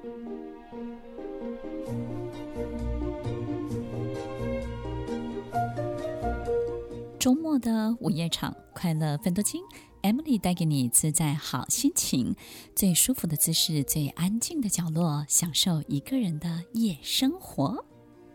周末的午夜场，快乐分多金 Emily 带给你自在好心情，最舒服的姿势，最安静的角落，享受一个人的夜生活。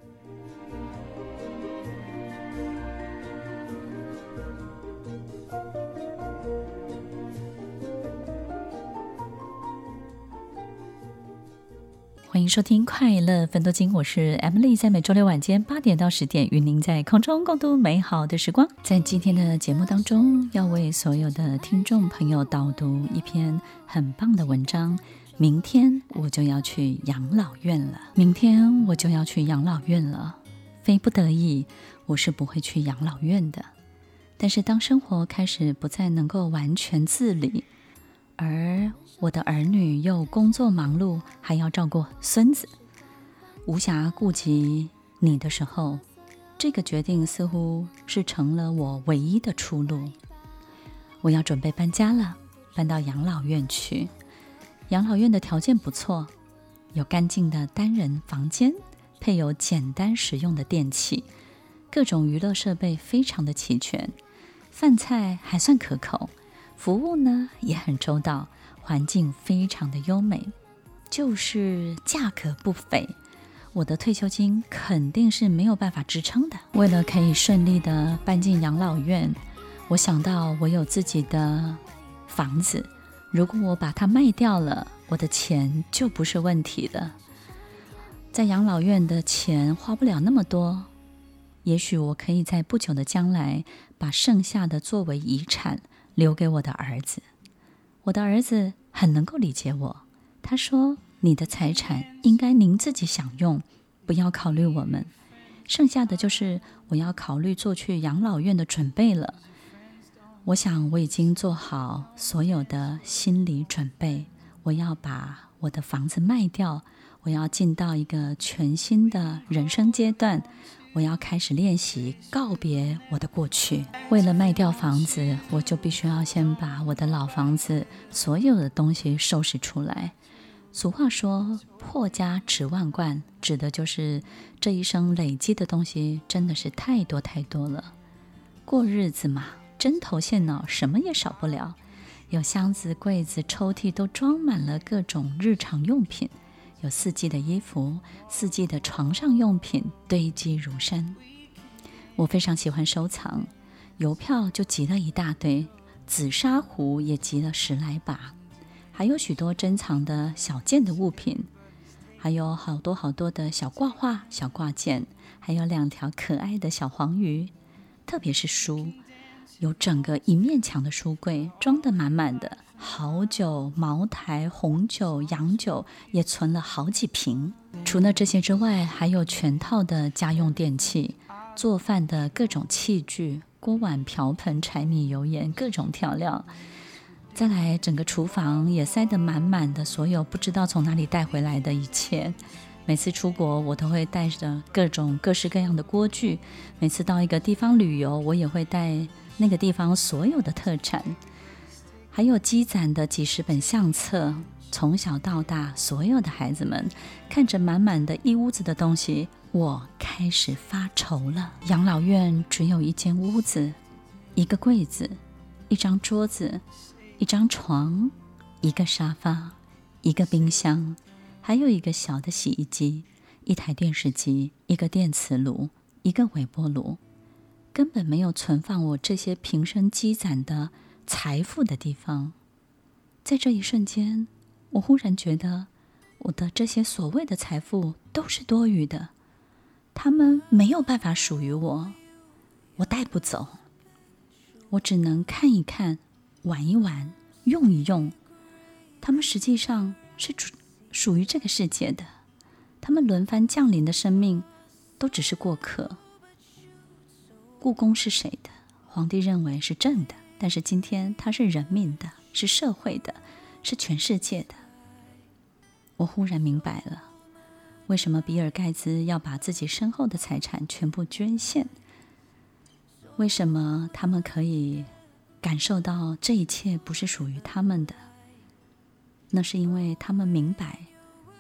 欢迎收听快乐分多金，我是 Emily， 在每周六晚间8点到10点，与您在空中共度美好的时光。在今天的节目当中，要为所有的听众朋友导读一篇很棒的文章。明天我就要去养老院了，明天我就要去养老院了。非不得已，我是不会去养老院的。但是当生活开始不再能够完全自理，而我的儿女又工作忙碌，还要照顾孙子，无暇顾及你的时候，这个决定似乎是成了我唯一的出路。我要准备搬家了，搬到养老院去。养老院的条件不错，有干净的单人房间，配有简单实用的电器，各种娱乐设备非常的齐全，饭菜还算可口，服务呢也很周到，环境非常的优美，就是价格不菲，我的退休金肯定是没有办法支撑的。为了可以顺利的搬进养老院，我想到我有自己的房子，如果我把它卖掉了，我的钱就不是问题了。在养老院的钱花不了那么多，也许我可以在不久的将来把剩下的作为遗产留给我的儿子。我的儿子很能够理解我，他说，你的财产应该您自己享用，不要考虑我们，剩下的就是我要考虑做去养老院的准备了。我想我已经做好所有的心理准备，我要把我的房子卖掉，我要进到一个全新的人生阶段，我要开始练习告别我的过去。为了卖掉房子，我就必须要先把我的老房子所有的东西收拾出来。俗话说破家值万贯，指的就是这一生累积的东西真的是太多太多了。过日子嘛，针头线脑什么也少不了，有箱子柜子抽屉都装满了各种日常用品，有四季的衣服，四季的床上用品堆积如山。我非常喜欢收藏，邮票就集了一大堆，紫砂壶也集了10来把，还有许多珍藏的小件的物品，还有好多的小挂画、小挂件，还有2条可爱的小黄鱼。特别是书，有整个一面墙的书柜装得满满的，好酒、茅台、红酒、洋酒也存了好几瓶。除了这些之外，还有全套的家用电器，做饭的各种器具，锅碗瓢盆、柴米油盐，各种调料。再来，整个厨房也塞得满满的，所有不知道从哪里带回来的一切。每次出国，我都会带着各式各样的锅具，每次到一个地方旅游，我也会带那个地方所有的特产，还有积攒的几10本相册。从小到大，所有的孩子们看着满满的一屋子的东西，我开始发愁了。养老院只有一间屋子，一个柜子，一张桌子，一张床，一个沙发，一个冰箱，还有一个小的洗衣机，一台电视机，一个电磁炉，一个微波炉，根本没有存放我这些平生积攒的财富的地方。在这一瞬间，我忽然觉得我的这些所谓的财富都是多余的，他们没有办法属于我，我带不走，我只能看一看，玩一玩，用一用。他们实际上是属于这个世界的，他们轮番降临的生命都只是过客。故宫是谁的？皇帝认为是朕的，但是今天它是人民的，是社会的，是全世界的。我忽然明白了，为什么比尔盖茨要把自己身后的财产全部捐献，为什么他们可以感受到这一切不是属于他们的。那是因为他们明白，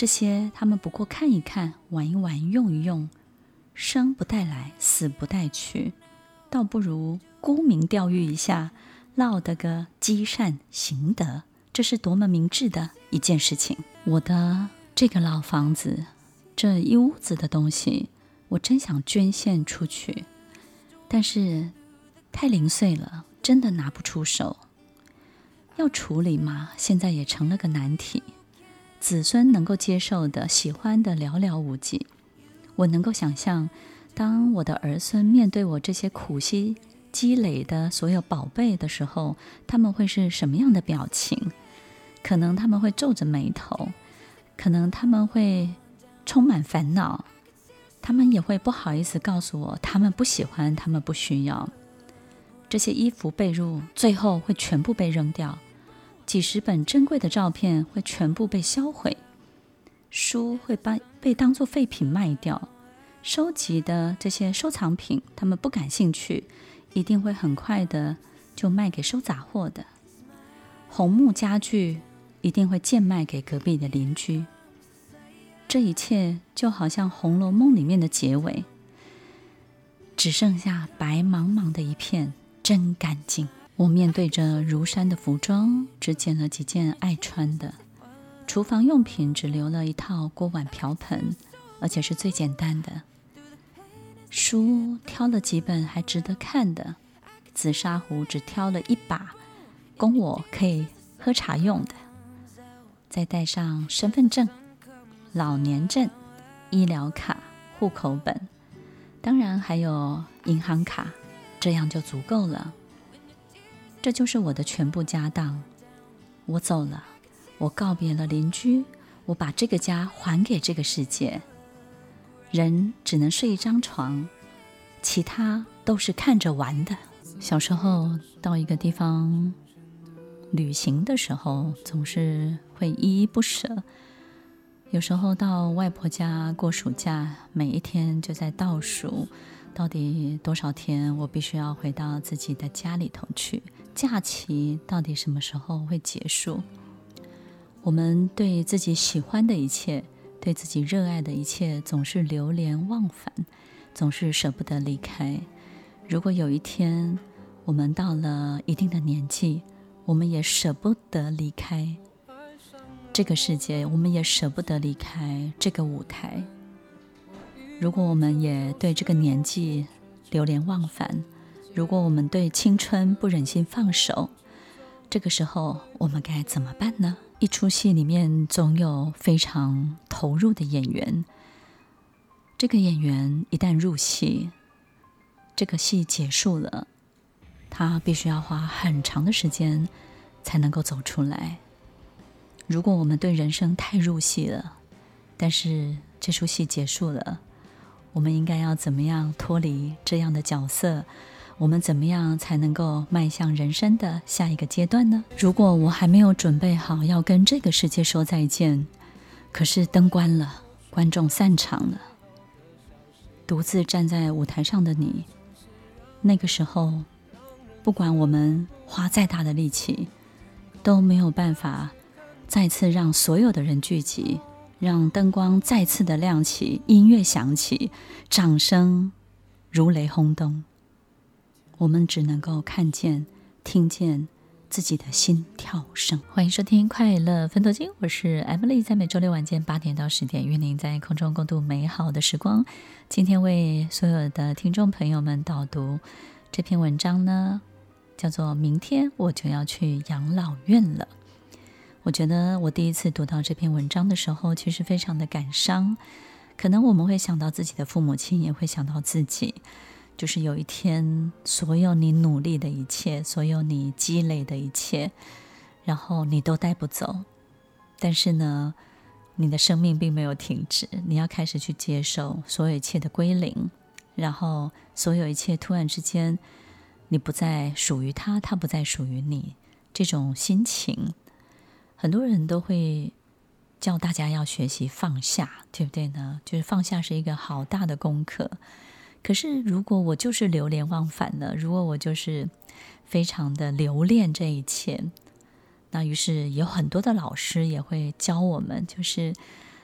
这些他们不过看一看，玩一玩，用一用，生不带来，死不带去，倒不如沽名钓誉一下，落得个积善行德，这是多么明智的一件事情。我的这个老房子，这一屋子的东西，我真想捐献出去，但是太零碎了，真的拿不出手。要处理嘛，现在也成了个难题。子孙能够接受的、喜欢的寥寥无几。我能够想象，当我的儿孙面对我这些苦心积累的所有宝贝的时候，他们会是什么样的表情？可能他们会皱着眉头，可能他们会充满烦恼，他们也会不好意思告诉我，他们不喜欢，他们不需要。这些衣服被褥最后会全部被扔掉，几十本珍贵的照片会全部被销毁，书会被当作废品卖掉，收集的这些收藏品他们不感兴趣，一定会很快的就卖给收杂货的。红木家具一定会贱卖给隔壁的邻居。这一切就好像《红楼梦》里面的结尾，只剩下白茫茫的一片，真干净。我面对着如山的服装，只捡了几件爱穿的，厨房用品只留了一套锅碗瓢盆，而且是最简单的。书挑了几本还值得看的，紫砂壶只挑了一把，供我可以喝茶用的。再带上身份证、老年证、医疗卡、户口本，当然还有银行卡，这样就足够了。这就是我的全部家当。我走了，我告别了邻居，我把这个家还给这个世界。人只能睡一张床，其他都是看着玩的。小时候到一个地方旅行的时候，总是会依依不舍。有时候到外婆家过暑假，每一天就在倒数，到底多少天我必须要回到自己的家里头去，假期到底什么时候会结束。我们对自己喜欢的一切，对自己热爱的一切，总是流连忘返，总是舍不得离开。如果有一天我们到了一定的年纪，我们也舍不得离开这个世界，我们也舍不得离开这个舞台。如果我们也对这个年纪流连忘返，如果我们对青春不忍心放手，这个时候我们该怎么办呢？一出戏里面总有非常投入的演员，这个演员一旦入戏，这个戏结束了，他必须要花很长的时间才能够走出来。如果我们对人生太入戏了，但是这出戏结束了，我们应该要怎么样脱离这样的角色？我们怎么样才能够迈向人生的下一个阶段呢？如果我还没有准备好要跟这个世界说再见，可是灯关了，观众散场了，独自站在舞台上的你，那个时候不管我们花再大的力气，都没有办法再次让所有的人聚集，让灯光再次的亮起，音乐响起，掌声如雷轰动。我们只能够看见、听见自己的心跳声。欢迎收听快乐分头经，我是 Emily， 在每周六晚间8点到10点，与您在空中共度美好的时光。今天为所有的听众朋友们导读这篇文章呢，叫做明天我就要去养老院了。我觉得我第一次读到这篇文章的时候，其实非常的感伤。可能我们会想到自己的父母亲，也会想到自己，就是有一天所有你努力的一切，所有你积累的一切，然后你都带不走。但是呢，你的生命并没有停止，你要开始去接受所有一切的归零，然后所有一切突然之间你不再属于他，他不再属于你，这种心情很多人都会叫大家要学习放下，对不对呢？就是放下是一个好大的功课。可是如果我就是流连忘返了，如果我就是非常的留恋这一切，那于是有很多的老师也会教我们，就是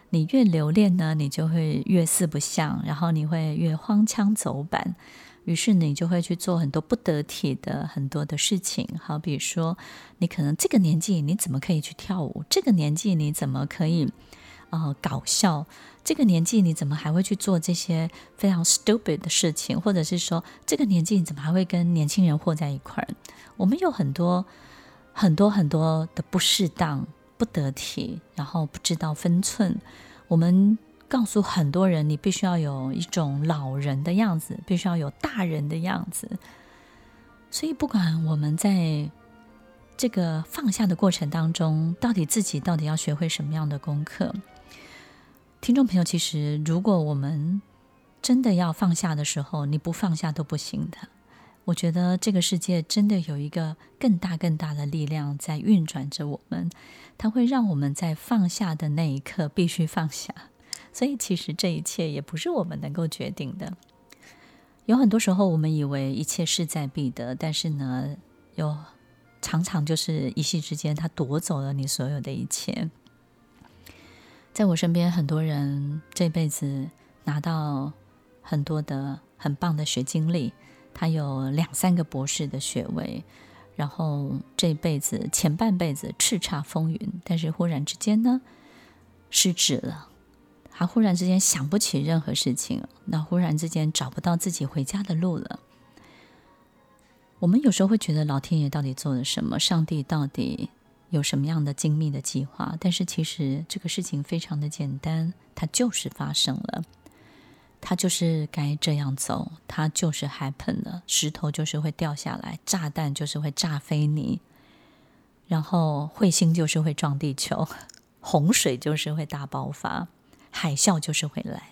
你越留恋呢，你就会越四不像，然后你会越荒腔走板，于是你就会去做很多不得体的很多的事情。好比说你可能这个年纪你怎么可以去跳舞，这个年纪你怎么可以搞笑，这个年纪你怎么还会去做这些非常 stupid 的事情，或者是说这个年纪你怎么还会跟年轻人和在一块儿。我们有很多的不适当、不得体，然后不知道分寸。我们告诉很多人，你必须要有一种老人的样子，必须要有大人的样子。所以不管我们在这个放下的过程当中，自己到底要学会什么样的功课，听众朋友，其实如果我们真的要放下的时候，你不放下都不行的。我觉得这个世界真的有一个更大的力量在运转着我们，它会让我们在放下的那一刻必须放下。所以其实这一切也不是我们能够决定的。有很多时候我们以为一切势在必得，但是呢，常常就是一夕之间它夺走了你所有的一切。在我身边很多人这辈子拿到很多的很棒的学经历，他有2-3个博士的学位，然后这辈子前半辈子叱咤风云，但是忽然之间呢失智了，他忽然之间想不起任何事情，那忽然之间找不到自己回家的路了。我们有时候会觉得老天爷到底做了什么，上帝到底有什么样的精密的计划，但是其实这个事情非常的简单，它就是发生了，它就是该这样走，它就是 happen 了。石头就是会掉下来，炸弹就是会炸飞你，然后彗星就是会撞地球，洪水就是会大爆发，海啸就是会来。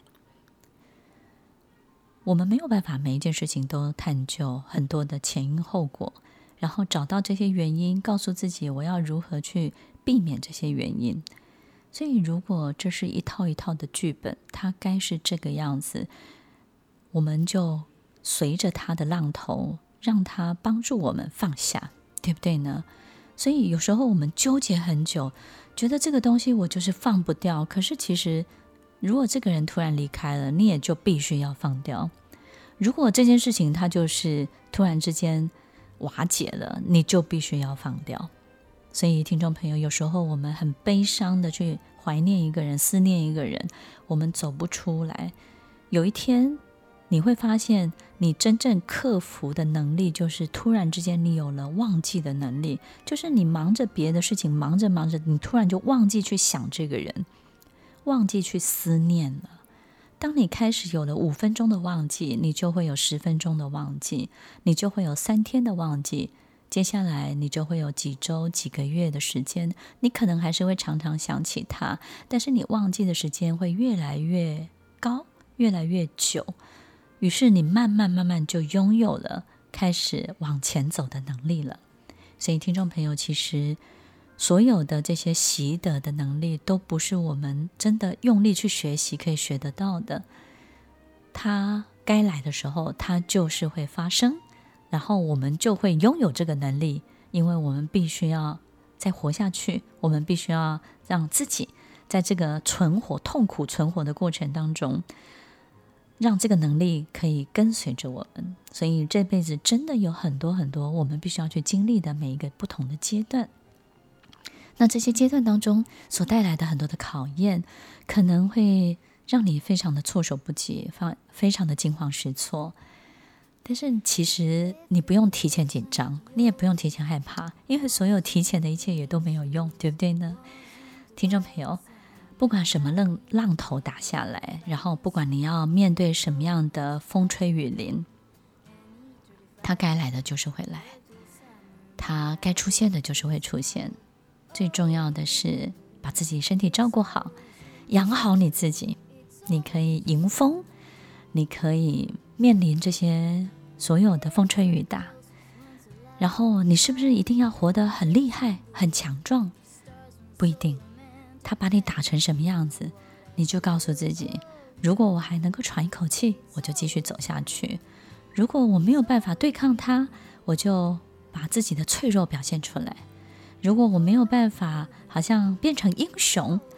我们没有办法每一件事情都探究很多的前因后果，然后找到这些原因，告诉自己我要如何去避免这些原因。所以如果这是一套一套的剧本，它该是这个样子，我们就随着它的浪头，让它帮助我们放下，对不对呢？所以有时候我们纠结很久，觉得这个东西我就是放不掉，可是其实如果这个人突然离开了，你也就必须要放掉。如果这件事情它就是突然之间瓦解了，你就必须要放掉。所以听众朋友，有时候我们很悲伤的去怀念一个人，思念一个人，我们走不出来。有一天你会发现，你真正克服的能力就是突然之间你有了忘记的能力，就是你忙着别的事情，忙着你突然就忘记去想这个人，忘记去思念了。当你开始有了5分钟的忘记，你就会有10分钟的忘记，你就会有3天的忘记，接下来你就会有几周几个月的时间，你可能还是会常常想起他，但是你忘记的时间会越来越高，越来越久，于是你慢慢就拥有了开始往前走的能力了。所以听众朋友，其实所有的这些习得的能力都不是我们真的用力去学习可以学得到的，它该来的时候它就是会发生，然后我们就会拥有这个能力，因为我们必须要再活下去，我们必须要让自己在这个痛苦存活的过程当中，让这个能力可以跟随着我们。所以这辈子真的有很多我们必须要去经历的每一个不同的阶段，那这些阶段当中所带来的很多的考验，可能会让你非常的措手不及，非常的惊慌失措。但是其实你不用提前紧张，你也不用提前害怕，因为所有提前的一切也都没有用，对不对呢？听众朋友，不管什么浪头打下来，然后不管你要面对什么样的风吹雨淋，它该来的就是会来，它该出现的就是会出现。最重要的是把自己身体照顾好，养好你自己，你可以迎风，你可以面临这些所有的风吹雨打，然后你是不是一定要活得很厉害很强壮？不一定，他把你打成什么样子，你就告诉自己，如果我还能够喘一口气，我就继续走下去，如果我没有办法对抗他，我就把自己的脆弱表现出来，如果我没有办法好像变成英雄，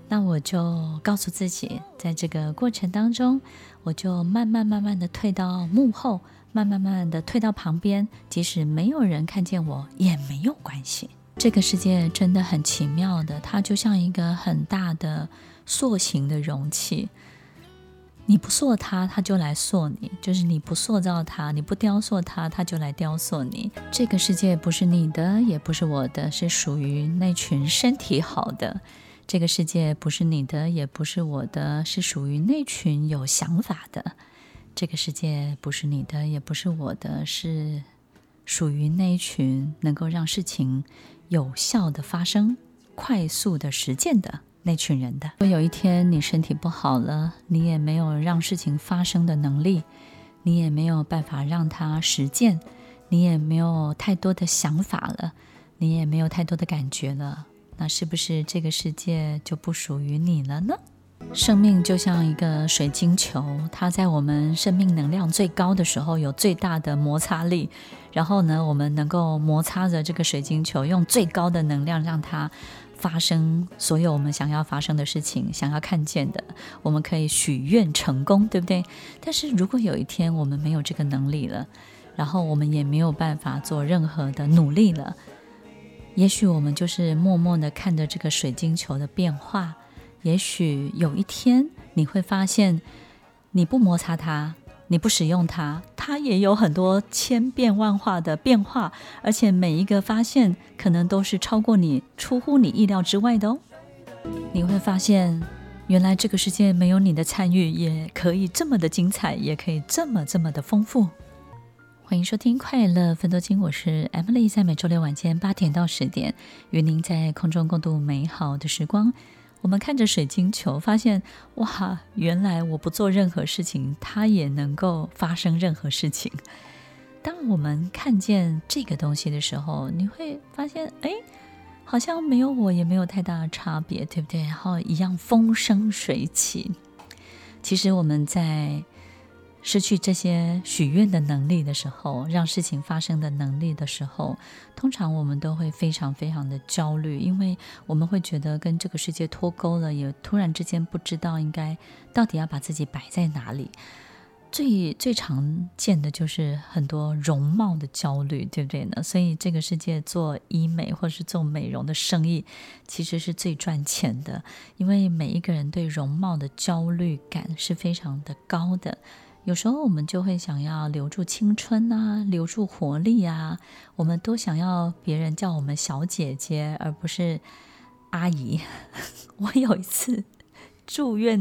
那我就告诉自己，在这个过程当中，我就慢慢的退到幕后，慢慢的退到旁边，即使没有人看见我也没有关系。这个世界真的很奇妙的，它就像一个很大的塑形的容器，你不塑它，它就来塑你，就是你不塑造它，你不雕塑它，它就来雕塑你。这个世界不是你的，也不是我的，是属于那群身体好的。这个世界不是你的，也不是我的，是属于那群有想法的。这个世界不是你的，也不是我的，是属于那一群能够让事情有效的发生、快速的实践的那群人的。如果有一天你身体不好了，你也没有让事情发生的能力，你也没有办法让它实践，你也没有太多的想法了，你也没有太多的感觉了，那是不是这个世界就不属于你了呢？生命就像一个水晶球，它在我们生命能量最高的时候有最大的摩擦力，然后呢，我们能够摩擦着这个水晶球，用最高的能量让它发生所有我们想要发生的事情，想要看见的，我们可以许愿成功，对不对？但是如果有一天我们没有这个能力了，然后我们也没有办法做任何的努力了，也许我们就是默默地看着这个水晶球的变化，也许有一天你会发现，你不摩擦它，你不使用它，它也有很多千变万化的变化，而且每一个发现可能都是超过你、出乎你意料之外的哦。你会发现，原来这个世界没有你的参与，也可以这么的精彩，也可以这么的丰富。欢迎收听快乐分多金，我是 Emily， 在每周六晚间8点到10点，与您在空中共度美好的时光。我们看着水晶球，发现哇，原来我不做任何事情，它也能够发生任何事情。当我们看见这个东西的时候，你会发现，好像没有我也没有太大的差别，对不对？然后一样风生水起。其实我们在失去这些许愿的能力的时候，让事情发生的能力的时候，通常我们都会非常的焦虑，因为我们会觉得跟这个世界脱钩了，也突然之间不知道应该到底要把自己摆在哪里。最常见的就是很多容貌的焦虑，对不对呢？所以这个世界做医美或是做美容的生意其实是最赚钱的，因为每一个人对容貌的焦虑感是非常的高的。有时候我们就会想要留住青春啊，留住活力啊，我们都想要别人叫我们小姐姐，而不是阿姨。我有一次住院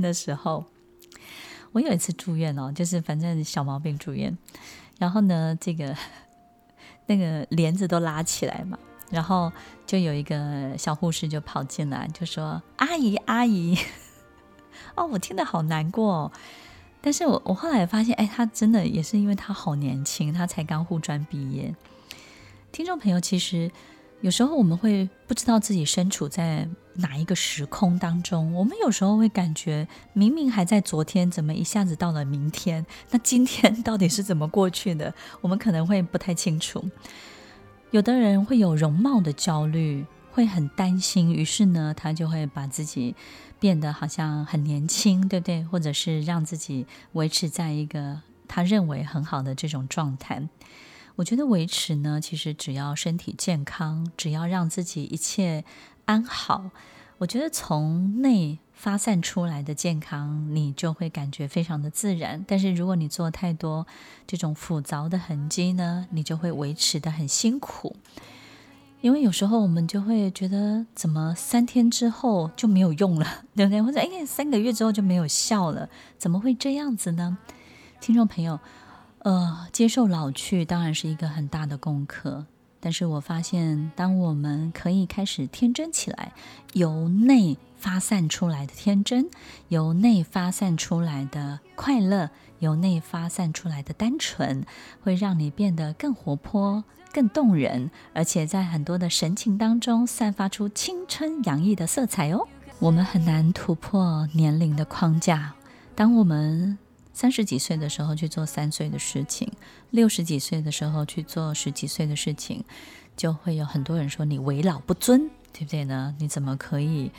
就是反正小毛病住院，然后呢，那个帘子都拉起来嘛，然后就有一个小护士就跑进来，就说阿姨阿姨。哦，我听得好难过哦。但是我后来发现，他真的也是因为他好年轻，他才刚护专毕业。听众朋友，其实有时候我们会不知道自己身处在哪一个时空当中，我们有时候会感觉明明还在昨天，怎么一下子到了明天？那今天到底是怎么过去的？我们可能会不太清楚。有的人会有容貌的焦虑，会很担心，于是呢，他就会把自己变得好像很年轻，对不对？或者是让自己维持在一个他认为很好的这种状态。我觉得维持呢，其实只要身体健康，只要让自己一切安好，我觉得从内发散出来的健康，你就会感觉非常的自然。但是如果你做太多这种复杂的痕迹呢，你就会维持得很辛苦。因为有时候我们就会觉得，怎么3天之后就没有用了，对不对？或者3个月之后就没有效了，怎么会这样子呢？听众朋友，接受老去当然是一个很大的功课，但是我发现，当我们可以开始天真起来，由内发散出来的天真，由内发散出来的快乐，由内发散出来的单纯，会让你变得更活泼，更动人，而且在很多的神情当中散发出青春洋溢的色彩哦。我们很难突破年龄的框架，当我们30几岁的时候去做3岁的事情，60几岁的时候去做10几岁的事情，就会有很多人说你为老不尊，对不对呢？你怎么可以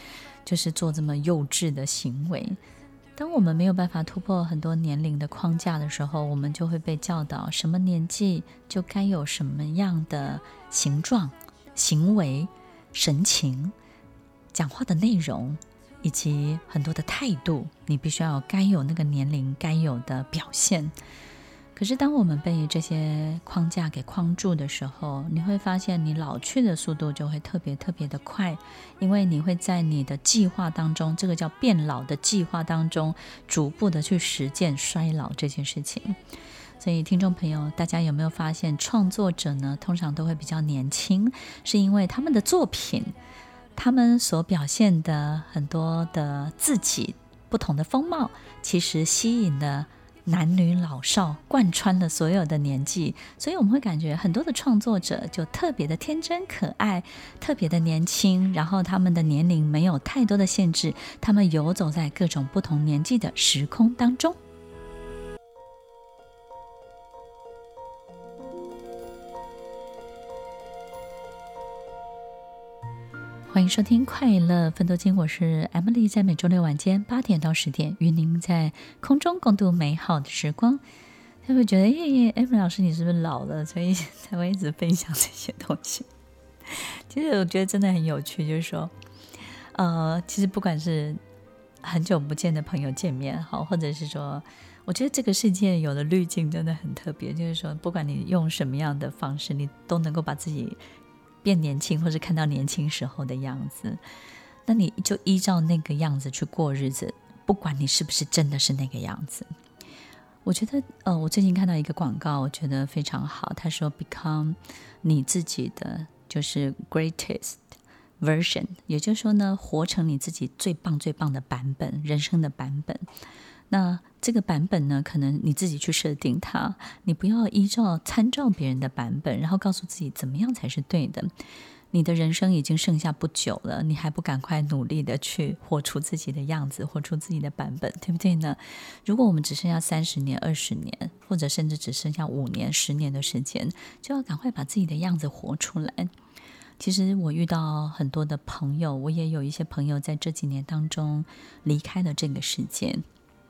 就是做这么幼稚的行为。当我们没有办法突破很多年龄的框架的时候，我们就会被教导什么年纪就该有什么样的形状、行为、神情、讲话的内容，以及很多的态度，你必须要该有那个年龄该有的表现。可是当我们被这些框架给框住的时候，你会发现你老去的速度就会特别特别的快，因为你会在你的计划当中，这个叫变老的计划当中，逐步的去实践衰老这件事情。所以听众朋友，大家有没有发现创作者呢，通常都会比较年轻，是因为他们的作品，他们所表现的很多的自己不同的风貌，其实吸引了男女老少，贯穿了所有的年纪，所以我们会感觉很多的创作者就特别的天真可爱，特别的年轻，然后他们的年龄没有太多的限制，他们游走在各种不同年纪的时空当中。欢迎收听快乐分多金，我是 Emily， 在每周六晚间8点到10点与您在空中共度美好的时光。他会觉得Emily 老师你是不是老了，所以才会一直分享这些东西。其实我觉得真的很有趣，就是说其实不管是很久不见的朋友见面好，或者是说我觉得这个世界有的滤镜真的很特别，就是说不管你用什么样的方式，你都能够把自己变年轻，或是看到年轻时候的样子，那你就依照那个样子去过日子，不管你是不是真的是那个样子。我觉得我最近看到一个广告，我觉得非常好，他说 become 你自己的就是 greatest version， 也就是说呢，活成你自己最棒最棒的版本，人生的版本。那这个版本呢，可能你自己去设定它，你不要参照别人的版本，然后告诉自己怎么样才是对的。你的人生已经剩下不久了，你还不赶快努力的去活出自己的样子，活出自己的版本，对不对呢？如果我们只剩下30年、20年，或者甚至只剩下5年、10年的时间，就要赶快把自己的样子活出来。其实我遇到很多的朋友，我也有一些朋友在这几年当中离开了这个世界。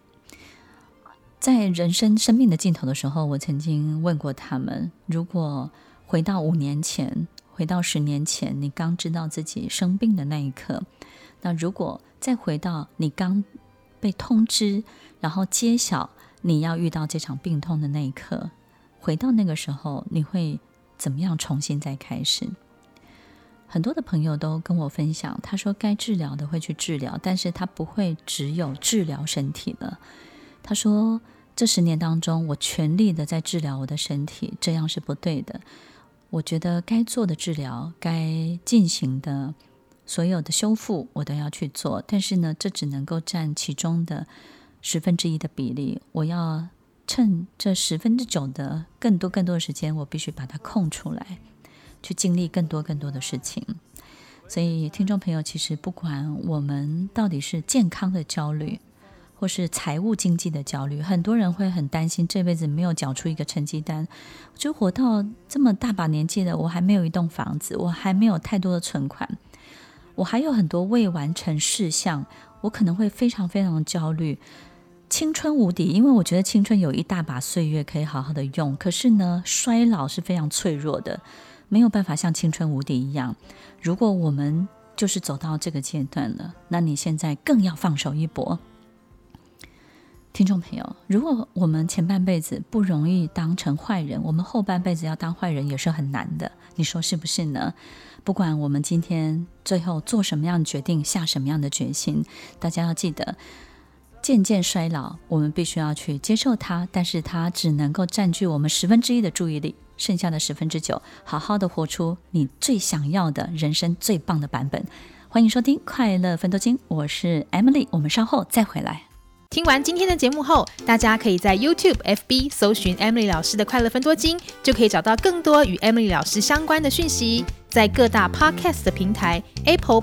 在人生命的尽头的时候，我曾经问过他们，如果回到5年前，回到10年前，你刚知道自己生病的那一刻，那如果再回到你刚被通知，然后揭晓你要遇到这场病痛的那一刻，回到那个时候，你会怎么样重新再开始？很多的朋友都跟我分享，他说该治疗的会去治疗，但是他不会只有治疗身体了。他说这10年当中，我全力的在治疗我的身体，这样是不对的。我觉得该做的治疗，该进行的所有的修复我都要去做，但是呢，这只能够占其中的1/10的比例。我要趁这9%的更多的时间，我必须把它空出来，去经历更多的事情。所以听众朋友，其实不管我们到底是健康的焦虑，或是财务经济的焦虑，很多人会很担心这辈子没有缴出一个成绩单，我就活到这么大把年纪了，我还没有一栋房子，我还没有太多的存款，我还有很多未完成事项，我可能会非常非常的焦虑。青春无敌，因为我觉得青春有一大把岁月可以好好的用，可是呢，衰老是非常脆弱的，没有办法像青春无敌一样。如果我们就是走到这个阶段了，那你现在更要放手一搏。听众朋友，如果我们前半辈子不容易当成坏人，我们后半辈子要当坏人也是很难的，你说是不是呢？不管我们今天最后做什么样的决定，下什么样的决心，大家要记得渐渐衰老，我们必须要去接受它，但是它只能够占据我们1/10的注意力，剩下的9%，好好的活出你最想要的人生最棒的版本。欢迎收听快乐分多金，我是 Emily， 我们稍后再回来。 听完今天的节目后，大家可以在 YouTube、FB 搜寻 Emily 老师的快乐分多金，就可以找到更多与 Emily 老师相关的讯息。在各大 Podcast 的平台 Apple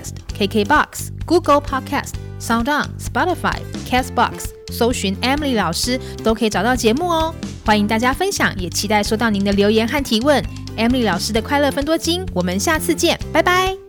Podcast、KKBox、Google Podcast、SoundOn、Spotify、Castbox 搜寻 Emily 老师都可以找到节目哦。欢迎大家分享，也期待收到您的留言和提问。Emily 老师的快乐分多金，我们下次见，拜拜。